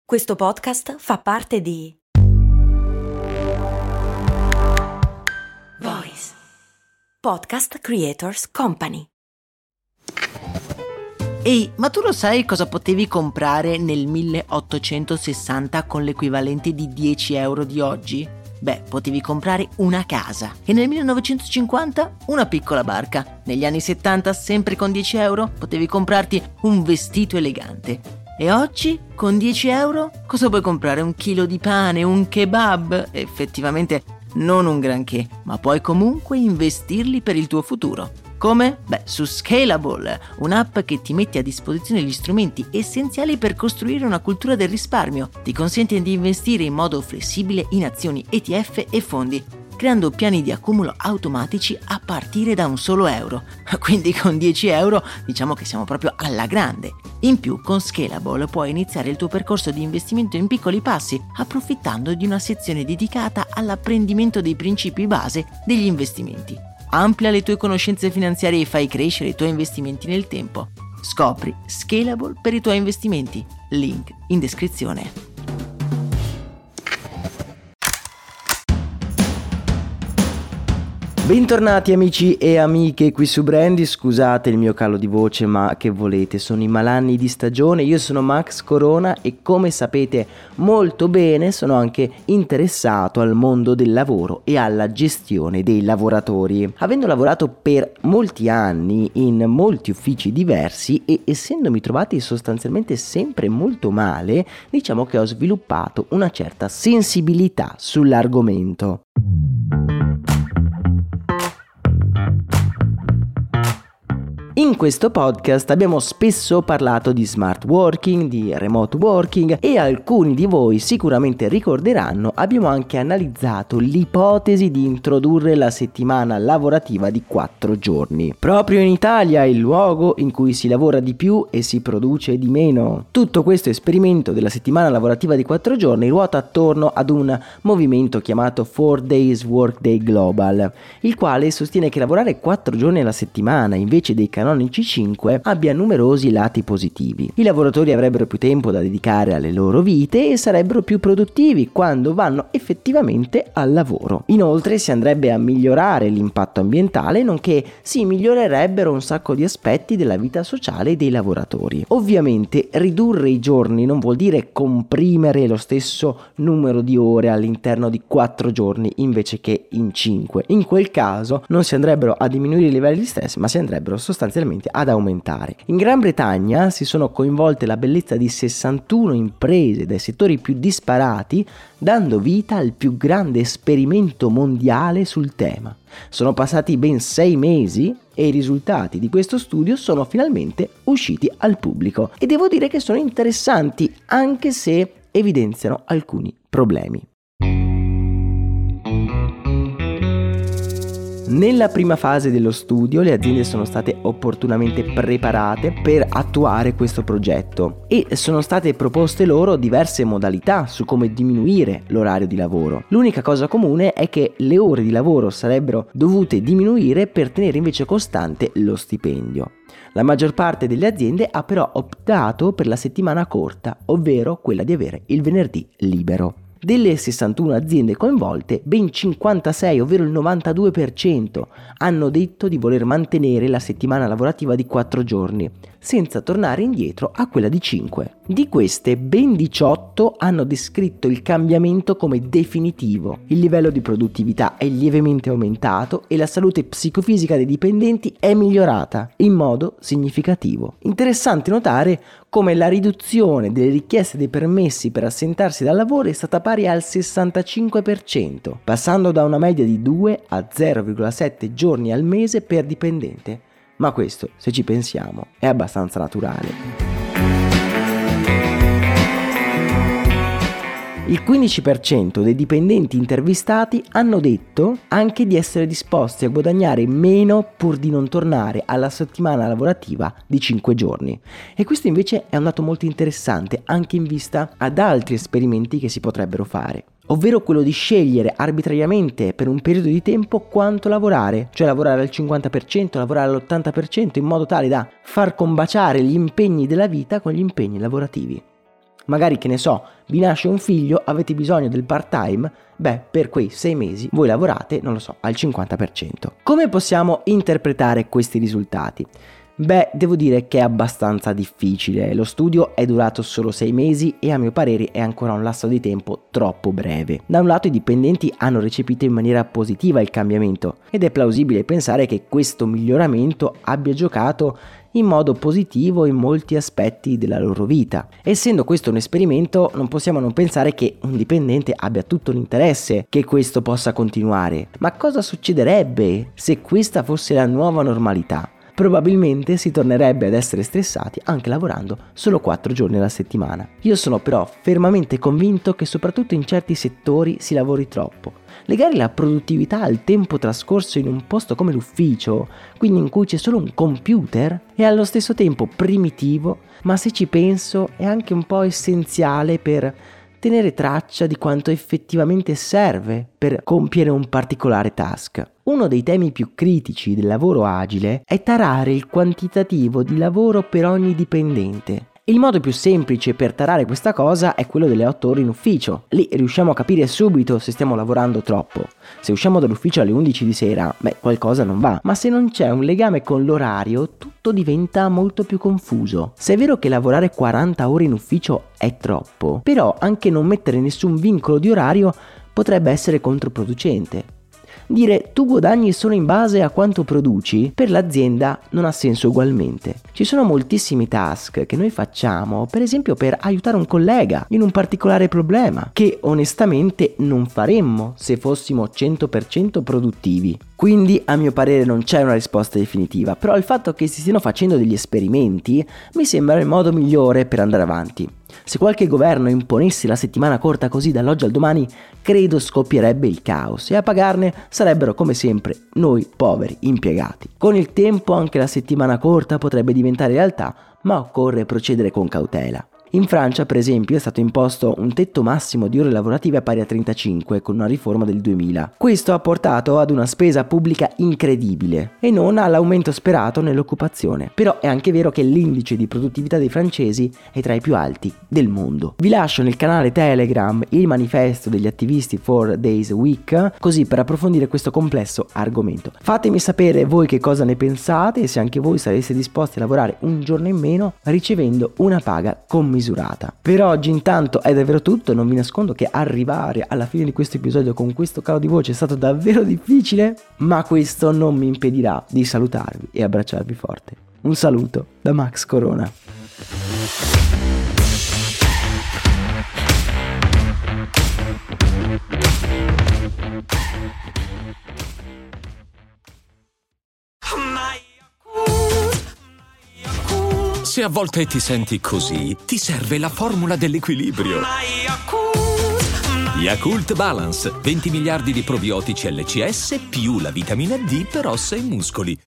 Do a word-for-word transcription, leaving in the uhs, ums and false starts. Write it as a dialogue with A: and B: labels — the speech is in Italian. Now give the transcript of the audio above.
A: Questo podcast fa parte di Voice Podcast Creators Company.
B: Ehi, ma tu lo sai cosa potevi comprare nel milleottocentosessanta con l'equivalente di dieci euro di oggi? Beh, potevi comprare una casa. E nel millenovecentocinquanta una piccola barca. Negli anni settanta, sempre con dieci euro, potevi comprarti un vestito elegante. E oggi, con dieci euro, cosa puoi comprare? Un chilo di pane, un kebab? Effettivamente non un granché, ma puoi comunque investirli per il tuo futuro. Come? Beh, su Scalable, un'app che ti mette a disposizione gli strumenti essenziali per costruire una cultura del risparmio. Ti consente di investire in modo flessibile in azioni, E T F e fondi, creando piani di accumulo automatici a partire da un solo euro. Quindi con dieci euro diciamo che siamo proprio alla grande. In più, con Scalable puoi iniziare il tuo percorso di investimento in piccoli passi, approfittando di una sezione dedicata all'apprendimento dei principi base degli investimenti. Amplia le tue conoscenze finanziarie e fai crescere i tuoi investimenti nel tempo. Scopri Scalable per i tuoi investimenti. Link in descrizione.
C: Bentornati amici e amiche qui su Brandy, scusate il mio calo di voce, ma che volete, sono i malanni di stagione. Io sono Max Corona e come sapete molto bene sono anche interessato al mondo del lavoro e alla gestione dei lavoratori. Avendo lavorato per molti anni in molti uffici diversi e essendomi trovati sostanzialmente sempre molto male, diciamo che ho sviluppato una certa sensibilità sull'argomento. In questo podcast abbiamo spesso parlato di smart working, di remote working e alcuni di voi sicuramente ricorderanno abbiamo anche analizzato l'ipotesi di introdurre la settimana lavorativa di quattro giorni. Proprio in Italia, il luogo in cui si lavora di più e si produce di meno. Tutto questo esperimento della settimana lavorativa di quattro giorni ruota attorno ad un movimento chiamato four days Workday Global, il quale sostiene che lavorare quattro giorni alla settimana invece dei canonici cinque abbia numerosi lati positivi. I lavoratori avrebbero più tempo da dedicare alle loro vite e sarebbero più produttivi quando vanno effettivamente al lavoro. Inoltre si andrebbe a migliorare l'impatto ambientale, nonché si migliorerebbero un sacco di aspetti della vita sociale dei lavoratori. Ovviamente ridurre i giorni non vuol dire comprimere lo stesso numero di ore all'interno di quattro giorni invece che in cinque. In quel caso non si andrebbero a diminuire i livelli di stress, ma si andrebbero sostanzialmente ad aumentare. In Gran Bretagna si sono coinvolte la bellezza di sessantuno imprese dai settori più disparati, dando vita al più grande esperimento mondiale sul tema. Sono passati ben sei mesi e i risultati di questo studio sono finalmente usciti al pubblico e devo dire che sono interessanti anche se evidenziano alcuni problemi. Nella prima fase dello studio le aziende sono state opportunamente preparate per attuare questo progetto e sono state proposte loro diverse modalità su come diminuire l'orario di lavoro. L'unica cosa comune è che le ore di lavoro sarebbero dovute diminuire per tenere invece costante lo stipendio. La maggior parte delle aziende ha però optato per la settimana corta, ovvero quella di avere il venerdì libero. Delle sessantuno aziende coinvolte, ben cinquantasei, ovvero il novantadue per cento, hanno detto di voler mantenere la settimana lavorativa di quattro giorni, senza tornare indietro a quella di cinque. Di queste, ben diciotto hanno descritto il cambiamento come definitivo. Il livello di produttività è lievemente aumentato e la salute psicofisica dei dipendenti è migliorata in modo significativo. Interessante notare come la riduzione delle richieste dei permessi per assentarsi dal lavoro è stata pari al sessantacinque per cento, passando da una media di due a zero virgola sette giorni al mese per dipendente. Ma questo, se ci pensiamo, è abbastanza naturale. Il quindici per cento dei dipendenti intervistati hanno detto anche di essere disposti a guadagnare meno pur di non tornare alla settimana lavorativa di cinque giorni. E questo invece è un dato molto interessante anche in vista ad altri esperimenti che si potrebbero fare, ovvero quello di scegliere arbitrariamente per un periodo di tempo quanto lavorare, cioè lavorare al cinquanta per cento, lavorare all'ottanta per cento in modo tale da far combaciare gli impegni della vita con gli impegni lavorativi. Magari, che ne so, vi nasce un figlio, avete bisogno del part-time, beh, per quei sei mesi voi lavorate, non lo so, al cinquanta per cento. Come possiamo interpretare questi risultati? Beh, devo dire che è abbastanza difficile. Lo studio è durato solo sei mesi e a mio parere è ancora un lasso di tempo troppo breve. Da un lato i dipendenti hanno recepito in maniera positiva il cambiamento ed è plausibile pensare che questo miglioramento abbia giocato in modo positivo in molti aspetti della loro vita. Essendo questo un esperimento, non possiamo non pensare che un dipendente abbia tutto l'interesse che questo possa continuare. Ma cosa succederebbe se questa fosse la nuova normalità? Probabilmente si tornerebbe ad essere stressati anche lavorando solo quattro giorni alla settimana. Io sono però fermamente convinto che soprattutto in certi settori si lavori troppo. Legare la produttività al tempo trascorso in un posto come l'ufficio, quindi in cui c'è solo un computer, è allo stesso tempo primitivo, ma se ci penso è anche un po' essenziale per tenere traccia di quanto effettivamente serve per compiere un particolare task. Uno dei temi più critici del lavoro agile è tarare il quantitativo di lavoro per ogni dipendente. Il modo più semplice per tarare questa cosa è quello delle otto ore in ufficio. Lì riusciamo a capire subito se stiamo lavorando troppo. Se usciamo dall'ufficio alle undici di sera, beh, qualcosa non va. Ma se non c'è un legame con l'orario, tutto diventa molto più confuso. Se è vero che lavorare quaranta ore in ufficio è troppo, però anche non mettere nessun vincolo di orario potrebbe essere controproducente. Dire tu guadagni solo in base a quanto produci per l'azienda non ha senso ugualmente. Ci sono moltissimi task che noi facciamo, per esempio per aiutare un collega in un particolare problema, che onestamente non faremmo se fossimo cento per cento produttivi. Quindi a mio parere non c'è una risposta definitiva, però il fatto che si stiano facendo degli esperimenti mi sembra il modo migliore per andare avanti. Se qualche governo imponesse la settimana corta così dall'oggi al domani, credo scoppierebbe il caos e a pagarne sarebbero come sempre noi poveri impiegati. Con il tempo anche la settimana corta potrebbe diventare realtà, ma occorre procedere con cautela. In Francia, per esempio, è stato imposto un tetto massimo di ore lavorative pari a trentacinque con una riforma del duemila. Questo ha portato ad una spesa pubblica incredibile e non all'aumento sperato nell'occupazione. Però è anche vero che l'indice di produttività dei francesi è tra i più alti del mondo. Vi lascio nel canale Telegram il manifesto degli attivisti four days a week, così per approfondire questo complesso argomento. Fatemi sapere voi che cosa ne pensate e se anche voi sareste disposti a lavorare un giorno in meno ricevendo una paga commisurata. Misurata. Per oggi intanto è davvero tutto, non vi nascondo che arrivare alla fine di questo episodio con questo calo di voce è stato davvero difficile, ma questo non mi impedirà di salutarvi e abbracciarvi forte. Un saluto da Max Corona.
D: Se a volte ti senti così, ti serve la formula dell'equilibrio. Yakult Balance, venti miliardi di probiotici L C S più la vitamina D per ossa e muscoli.